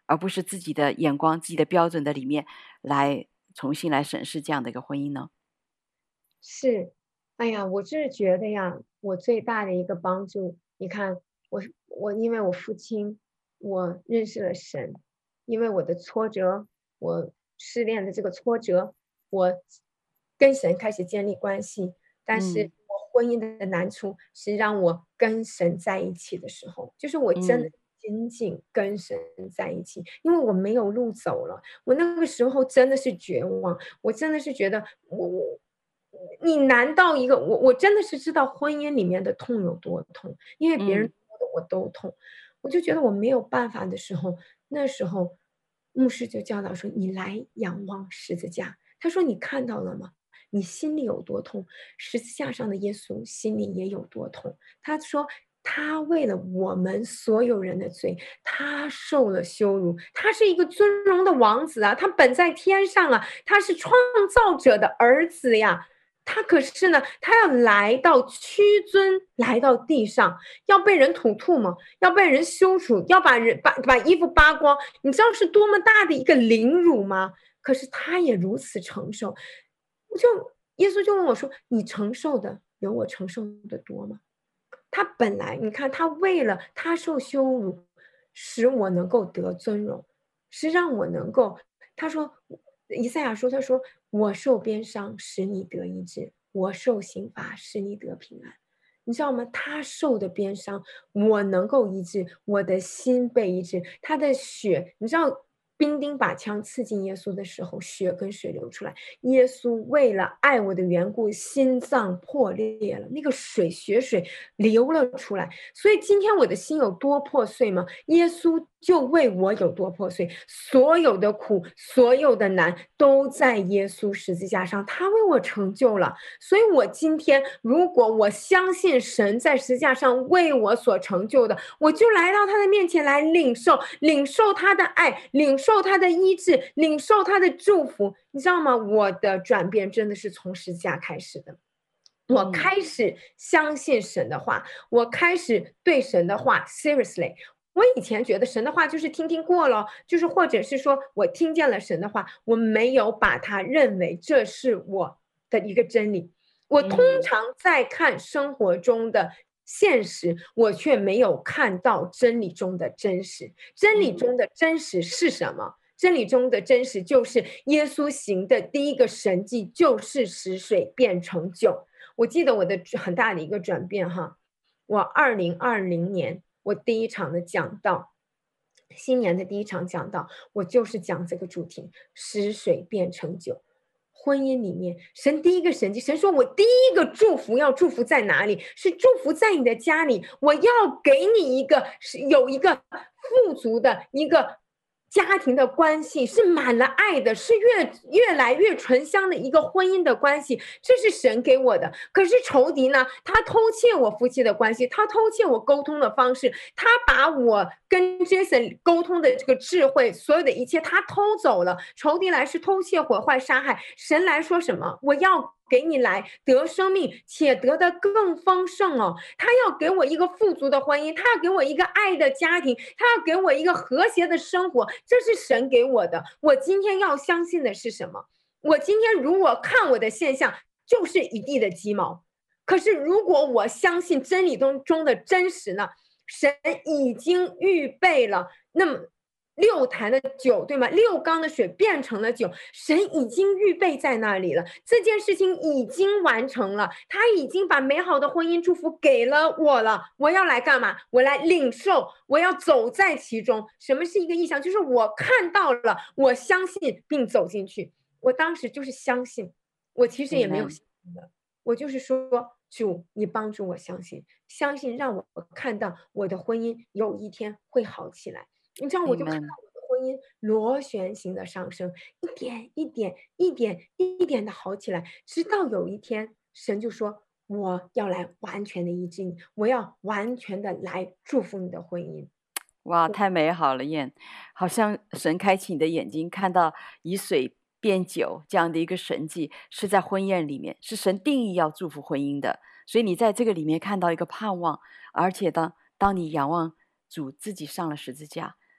Speaker 2: 而不是自己的眼光、自己的标准的里面来重新来审视这样的一个婚姻呢？
Speaker 3: 是，哎呀，我就是觉得呀，我最大的一个帮助，你看，我我因为我父亲，我认识了神，因为我的挫折，我失恋的这个挫折，我跟神开始建立关系，但是
Speaker 2: 嗯
Speaker 3: 我婚姻的难处是让我跟神在一起的时候，就是我真的
Speaker 2: 嗯
Speaker 3: 仅仅跟神在一起，因为我没有路走了，我那个时候真的是绝望，我真的是觉得我我。你难道一个我我真的是知道婚姻里面的痛有多痛，因为别人
Speaker 2: 嗯
Speaker 3: 说的我都痛，我就觉得我没有办法的时候，那时候牧师就教导说：“你来仰望十字架。”他说：“你看到了吗？你心里有多痛，十字架上的耶稣心里也有多痛。”他说：“他为了我们所有人的罪，他受了羞辱。他是一个尊荣的王子啊，他本在天上啊，他是创造者的儿子呀。”他可是呢，他要来到屈尊，来到地上，要被人吐吐沫，要被人羞辱，要把人把把衣服扒光，你知道是多么大的一个凌辱吗？可是他也如此承受，我就耶稣就问我说：“你承受的有我承受的多吗？”他本来你看，他为了他受羞辱，使我能够得尊荣，是让我能够。他说，以赛亚说，他说我受鞭伤，使你得医治；我受刑罚，使你得平安。你知道吗？他受的鞭伤，我能够医治，我的心被医治。他的血，你知道，兵丁把枪刺进耶稣的时候，血跟水流出来。耶稣为了爱我的缘故，心脏破裂了，那个水血水流了出来。所以今天我的心有多破碎吗？耶稣就为我有多破碎。所有的苦，所有的难，都在耶稣十字架上，他为我成就了。所以我今天，如果我相信神在十字架上为我所成就的，我就来到他的面前来领受，领受他的爱，领受他的医治，领受他的祝福。你知道吗？我的转变真的是从十字架开始的。我开始相信神的话，我开始对神的话 seriously。我以前觉得神的话就是听听过了，就是或者是说我听见了神的话，我没有把它认为这是我的一个真理。我通常在看生活中的现实，我却没有看到真理中的真实。真理中的真实是什么？真理中的真实就是耶稣行的第一个神迹，就是使水变成酒。我记得我的很大的一个转变哈，我二零二零年我第一场的讲道，新年的第一场讲道，我就是讲这个主题，使水变成酒。婚姻里面，神第一个神迹，神说我第一个祝福要祝福在哪里？是祝福在你的家里，我要给你一个是有一个富足的一个家庭的关系，是满了爱的，是越越来越醇香的一个婚姻的关系，这是神给我的。可是仇敌呢，他偷窃我夫妻的关系，他偷窃我沟通的方式，他把我跟 Jason 沟通的这个智慧，所有的一切他偷走了。仇敌来是偷窃、毁坏、杀害，神来说什么？我要给你来得生命，且得的更丰盛哦。他要给我一个富足的婚姻，他要给我一个爱的家庭，他要给我一个和谐的生活，这是神给我的。我今天要相信的是什么？我今天如果看我的现象，就是一地的鸡毛。可是如果我相信真理中中的真实呢？神已经预备了那么六坛的酒，对吗？六缸的水变成了酒，神已经预备在那里了，这件事情已经完成了，他已经把美好的婚姻祝福给了我了。我要来干嘛？我来领受，我要走在其中。什么是一个意象？就是我看到了，我相信并走进去。我当时就是相信，我其实也没有信心的，我就是说，主，你帮助我相信，相信让我看到我的婚姻有一天会好起来。你知道，我就看到我的婚姻螺旋形的上升，一点一点一点一点的好起来，直到有一天，神就说我要来完全的医治你，我要完全的来祝福你的婚姻。
Speaker 2: 哇，太美好了，燕，好像神开启你的眼睛，看到以水变酒这样的一个神迹，是在婚宴里面，是神定义要祝福婚姻的。所以你在这个里面看到一个盼望，而且当当你仰望主自己上了十字架，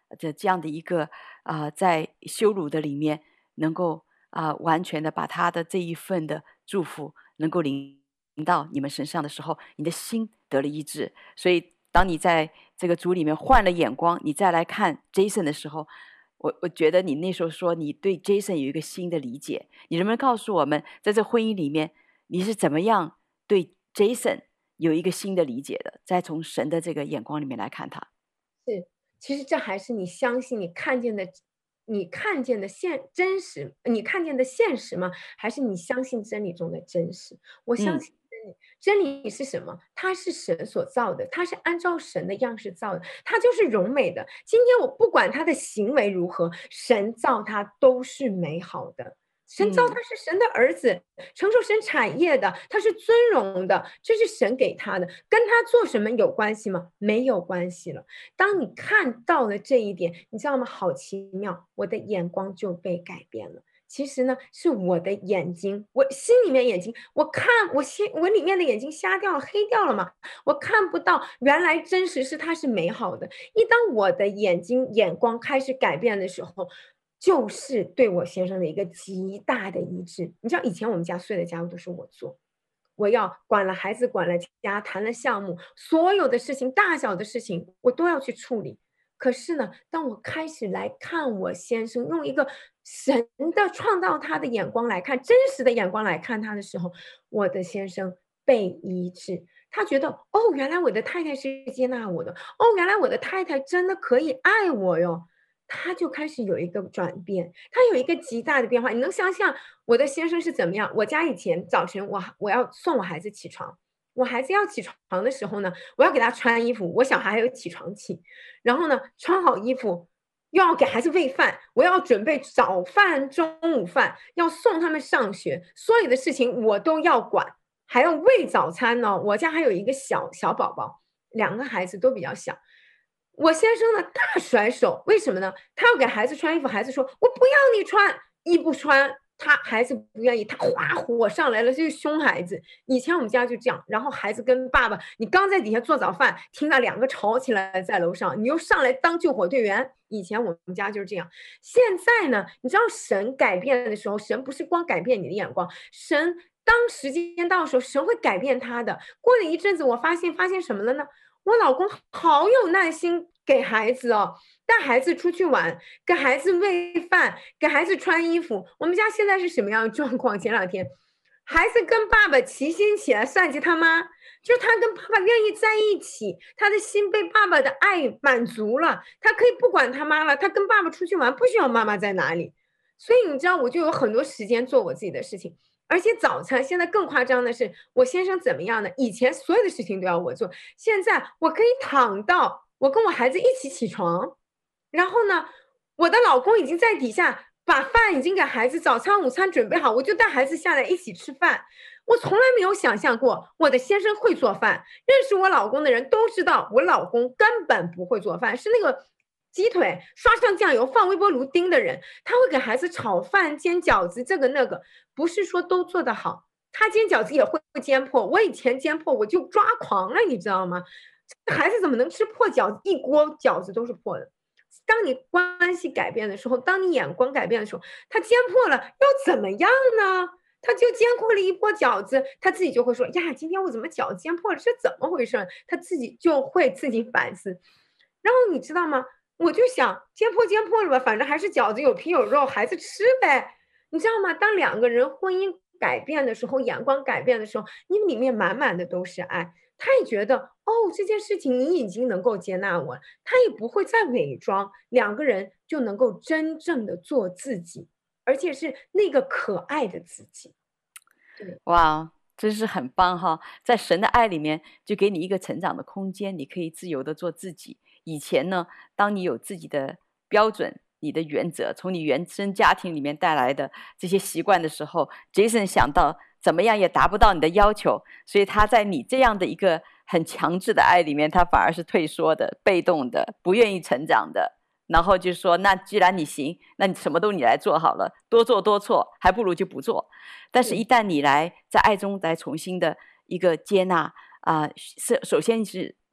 Speaker 2: 的这样的一个啊、呃，在羞辱的里面能够啊、呃、完全的把他的这一份的祝福能够临到你们身上的时候，你的心得了医治。所以当你在这个组里面换了眼光，你再来看 Jason 的时候，我我觉得你那时候说你对 Jason 有一个新的理解，你能不能告诉我们，在这婚姻里面你是怎么样对 Jason 有一个新的理解的，再从神的这个眼光里面来看他？
Speaker 3: 是，其实这还是你相信你看见的，你看见的现真实，你看见的现实吗？还是你相信真理中的真实？我相
Speaker 2: 嗯
Speaker 3: 信真理，真理是什么？它是神所造的，它是按照神的样式造的，它就是荣美的。今天我不管他的行为如何，神造他都是美好的。神造
Speaker 2: 嗯
Speaker 3: 他是神的儿子，承受神产业的，他是尊荣的，这是神给他的，跟他做什么有关系吗？没有关系了。当你看到了这一点，你知道吗？好奇妙，我的眼光就被改变了。其实呢，是我的眼睛，我心里面眼睛，我看我心我里面的眼睛瞎掉了、黑掉了嘛，我看不到原来真实是它是美好的。一当我的眼睛眼光开始改变的时候，就是对我先生的一个极大的医治。你知道以前我们家所有的家务都是我做，我要管了孩子，管了家，谈了项目，所有的事情，大小的事情，我都要去处理。可是呢，当我开始来看我先生，用一个神的创造他的眼光来看，真实的眼光来看他的时候，我的先生被医治。他觉得，哦，原来我的太太是接纳我的，哦，原来我的太太真的可以爱我哟。他就开始有一个转变，他有一个极大的变化。你能想象我的先生是怎么样？我家以前早晨我我要送我孩子起床，我孩子要起床的时候呢，我要给他穿衣服，我小孩还有起床气，然后呢穿好衣服，又要给孩子喂饭，我要准备早饭、中午饭，要送他们上学，所有的事情我都要管，还要喂早餐呢。我家还有一个小小宝宝，两个孩子都比较小。我先生呢大甩手，为什么呢？他要给孩子穿衣服，孩子说我不要你穿，一不穿他孩子不愿意，他哗火上来了就凶孩子。以前我们家就这样，然后孩子跟爸爸，你刚在底下做早饭，听到两个吵起来在楼上，你又上来当救火队员。以前我们家就是这样。现在呢，你知道神改变的时候，神不是光改变你的眼光，神当时间到的时候，神会改变他的。过了一阵子，我发现发现什么了呢？我老公好有耐心给孩子哦，带孩子出去玩，给孩子喂饭，给孩子穿衣服。我们家现在是什么样的状况？前两天孩子跟爸爸齐心起来算计他妈，就是他跟爸爸愿意在一起，他的心被爸爸的爱满足了，他可以不管他妈了，他跟爸爸出去玩，不需要妈妈在哪里。所以你知道，我就有很多时间做我自己的事情。而且早餐现在更夸张的是，我先生怎么样呢？以前所有的事情都要我做，现在我可以躺到我跟我孩子一起起床，然后呢，我的老公已经在底下把饭已经给孩子早餐午餐准备好，我就带孩子下来一起吃饭。我从来没有想象过我的先生会做饭，认识我老公的人都知道我老公根本不会做饭，是那个鸡腿刷上酱油放微波炉叮的人。他会给孩子炒饭煎饺子，这个那个不是说都做得好，他煎饺子也会煎破，我以前煎破我就抓狂了，你知道吗？孩子怎么能吃破饺子？一锅饺子都是破的。当你关系改变的时候，当你眼光改变的时候，他煎破了要怎么样呢？他就煎破了一波饺子，他自己就会说呀，今天我怎么饺子煎破了，是怎么回事？他自己就会自己反思。然后你知道吗？我就想煎破煎破了吧，反正还是饺子有皮有肉，孩子吃呗。你知道吗？当两个人婚姻改变的时候，眼光改变的时候，你里面满满的都是爱。他也觉得哦，这件事情你已经能够接纳我，他也不会再伪装，两个人就能够真正的做自己，而且是那个可爱的自己。对，
Speaker 2: 哇，真是很棒哈！在神的爱里面，就给你一个成长的空间，你可以自由的做自己。以前呢，当你有自己的标准、你的原则，从你原生家庭里面带来的这些习惯的时候， Jason 想到怎么样也达不到你的要求，所以他在你这样的一个很强制的爱里面，他反而是退缩的、被动的、不愿意成长的。然后就说，那既然你行，那你什么都你来做好了，多做多错，还不如就不做。但是一旦你来在爱中来重新的一个接纳啊、呃，首先是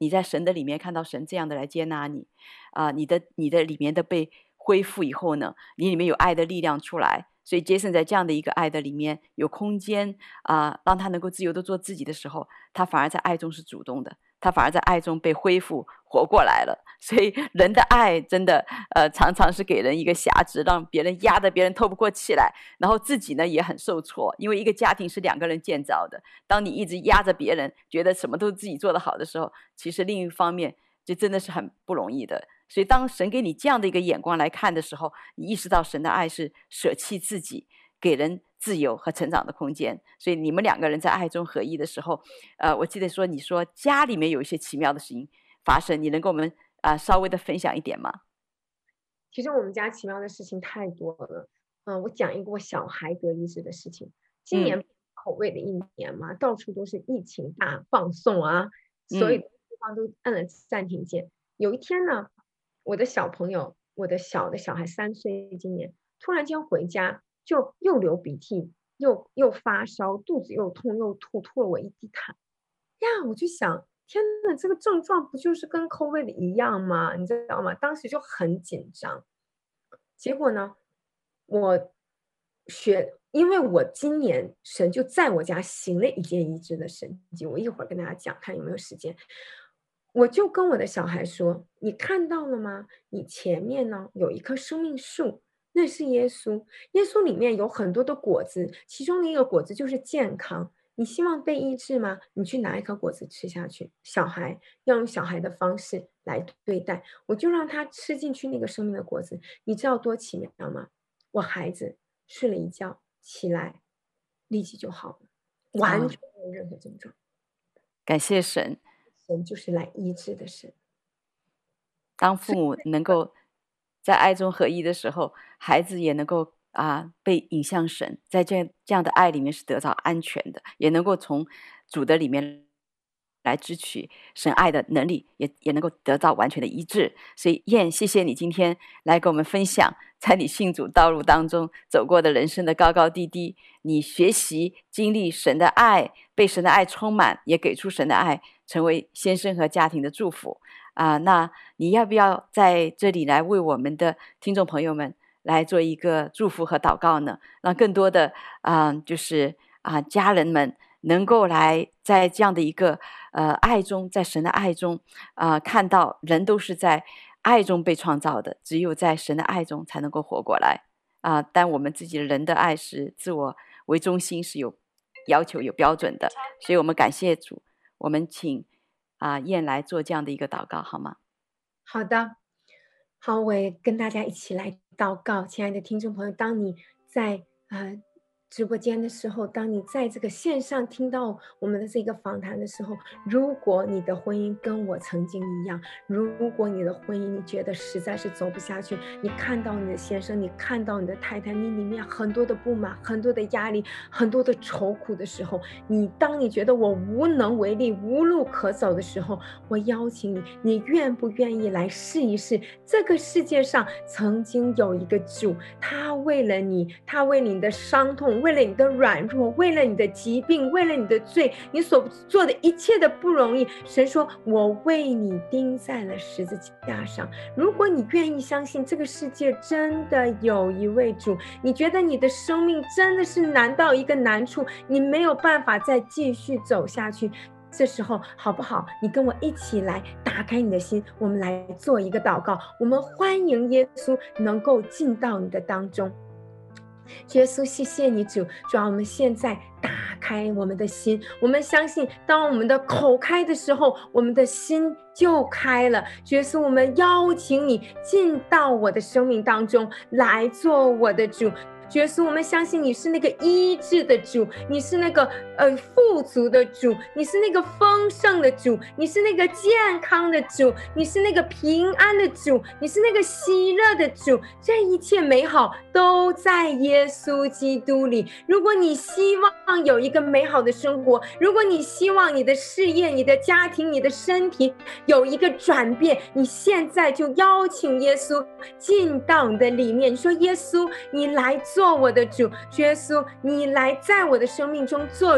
Speaker 2: 你在神的里面看到神这样的来接纳你啊、呃，你的你的里面的被恢复以后呢，你里面有爱的力量出来，所以 Jason 在这样的一个爱的里面有空间啊、呃，让他能够自由的做自己的时候，他反而在爱中是主动的，他反而在爱中被恢复活过来了。所以人的爱真的呃常常是给人一个辖制，让别人压得别人透不过气来，然后自己呢也很受挫，因为一个家庭是两个人建造的，当你一直压着别人，觉得什么都自己做得好的时候，其实另一方面就真的是很不容易的。所以当神给你这样的一个眼光来看的时候，你意识到神的爱是舍弃自己，给人自由和成长的空间。所以你们两个人在爱中合一的时候，呃，我记得说你说家里面有一些奇妙的事情发生，你能跟我们啊、呃、稍微的分享一点吗？
Speaker 3: 其实我们家奇妙的事情太多了。嗯、呃，我讲一个我小孩得医治的事情。今年口味的一年嘛，嗯、到处都是疫情大放送啊，所有地方都按了暂停键。有一天呢，我的小朋友，我的小的小孩三岁，今年突然间回家就又流鼻涕，又又发烧，肚子又痛又吐，吐了我一地痰呀！我就想，天哪，这个症状不就是跟 COVID 一样吗？你知道吗？当时就很紧张。结果呢，我学，因为我今年神就在我家行了一件医治的神迹，我一会儿跟大家讲，看有没有时间。我就跟我的小孩说，你看到了吗？你前面呢有一棵生命树，那是耶稣。耶稣里面有很多的果子，其中的一个果子就是健康。你希望被医治吗？你去拿一颗果子吃下去。小孩要用小孩的方式来对待，我就让他吃进去那个生命的果子。你知道多奇妙吗？我孩子睡了一觉起来，立即就好了，完全没有任何症状。
Speaker 2: 感谢神。
Speaker 3: 神就是来医治的神。
Speaker 2: 当父母能够在爱中合一的时候，孩子也能够啊被引向神，在这这样的爱里面是得到安全的，也能够从主的里面来支取神爱的能力，也也能够得到完全的医治。所以燕，谢谢你今天来跟我们分享在你信主道路当中走过的人生的高高低低，你学习经历神的爱，被神的爱充满，也给出神的爱，成为先生和家庭的祝福啊、呃！那你要不要在这里来为我们的听众朋友们来做一个祝福和祷告呢？让更多的啊、呃，就是啊、呃、家人们能够来在这样的一个呃爱中，在神的爱中啊、呃，看到人都是在爱中被创造的，只有在神的爱中才能够活过来啊、呃！但我们自己的人的爱是自我为中心，是有要求有标准的，所以我们感谢主。我们请啊、呃、燕来做这样的一个祷告好吗？
Speaker 3: 好的，好，我也跟大家一起来祷告。亲爱的听众朋友，当你在呃直播间的时候，当你在这个线上听到我们的这个访谈的时候，如果你的婚姻跟我曾经一样，如果你的婚姻你觉得实在是走不下去，你看到你的先生，你看到你的太太，你里面很多的不满，很多的压力，很多的愁苦的时候，你当你觉得我无能为力，无路可走的时候，我邀请你，你愿不愿意来试一试？这个世界上曾经有一个主，他为了你，他为你的伤痛，为了你的软弱，为了你的疾病，为了你的罪，你所做的一切的不容易，神说我为你钉在了十字架上。如果你愿意相信这个世界真的有一位主，你觉得你的生命真的是难到一个难处，你没有办法再继续走下去，这时候好不好，你跟我一起来打开你的心，我们来做一个祷告。我们欢迎耶稣能够进到你的当中。耶稣，谢谢你主，主要我们现在打开我们的心，我们相信当我们的口开的时候，我们的心就开了。耶稣，我们邀请你进到我的生命当中来做我的主。耶稣，我们相信你是那个医治的主，你是那个呃富足的主，你是那个丰盛的主，你是那个健康的主，你是那个平安的主，你是那个喜乐的主，这一切美好都在耶稣基督里。如果你希望有一个美好的生活，如果你希望你的事业、你的家庭、你的身体有一个转变，你现在就邀请耶稣进到你的里面，你说耶稣，你来做我的主，耶稣，你来在我的生命中做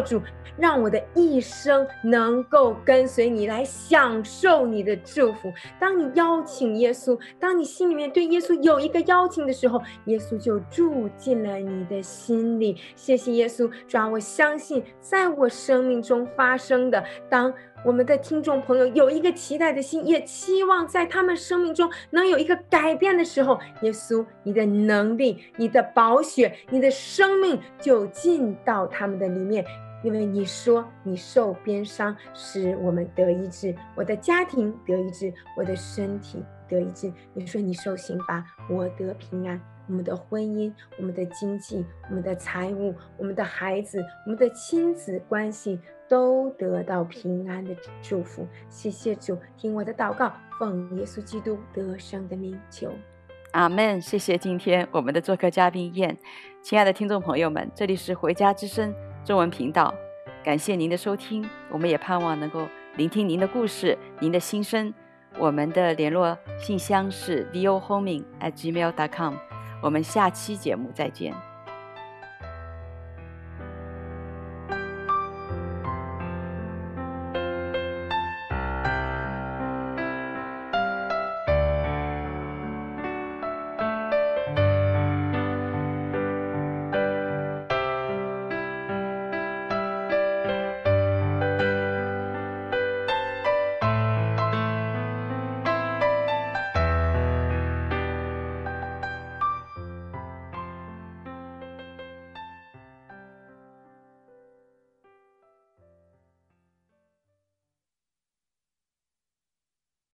Speaker 3: 主，让我的一生能够跟随你，来享受你的祝福。当你邀请耶稣，当你心里面对耶稣有一个邀请的时候，耶稣就住进了你的心里。谢谢耶稣，主啊，我相信在我生命中发生的，当我们的听众朋友有一个期待的心，也期望在他们生命中能有一个改变的时候，耶稣，你的能力，你的宝血，你的生命就进到他们的里面。因为你说你受鞭伤使我们得医治，我的家庭得医治，我的身体得医治。你说你受刑罚，我得平安。我们的婚姻，我们的经济，我们的财务，我们的孩子，我们的亲子关系都得到平安的祝福。谢谢主，听我的祷告，奉耶稣基督得胜的名求，
Speaker 2: 阿们。谢谢今天我们的做客嘉宾燕。亲爱的听众朋友们，这里是回家之声中文频道，感谢您的收听，我们也盼望能够聆听您的故事，您的心声。我们的联络信箱是 v o homing at gmail dot com， 我们下期节目再见。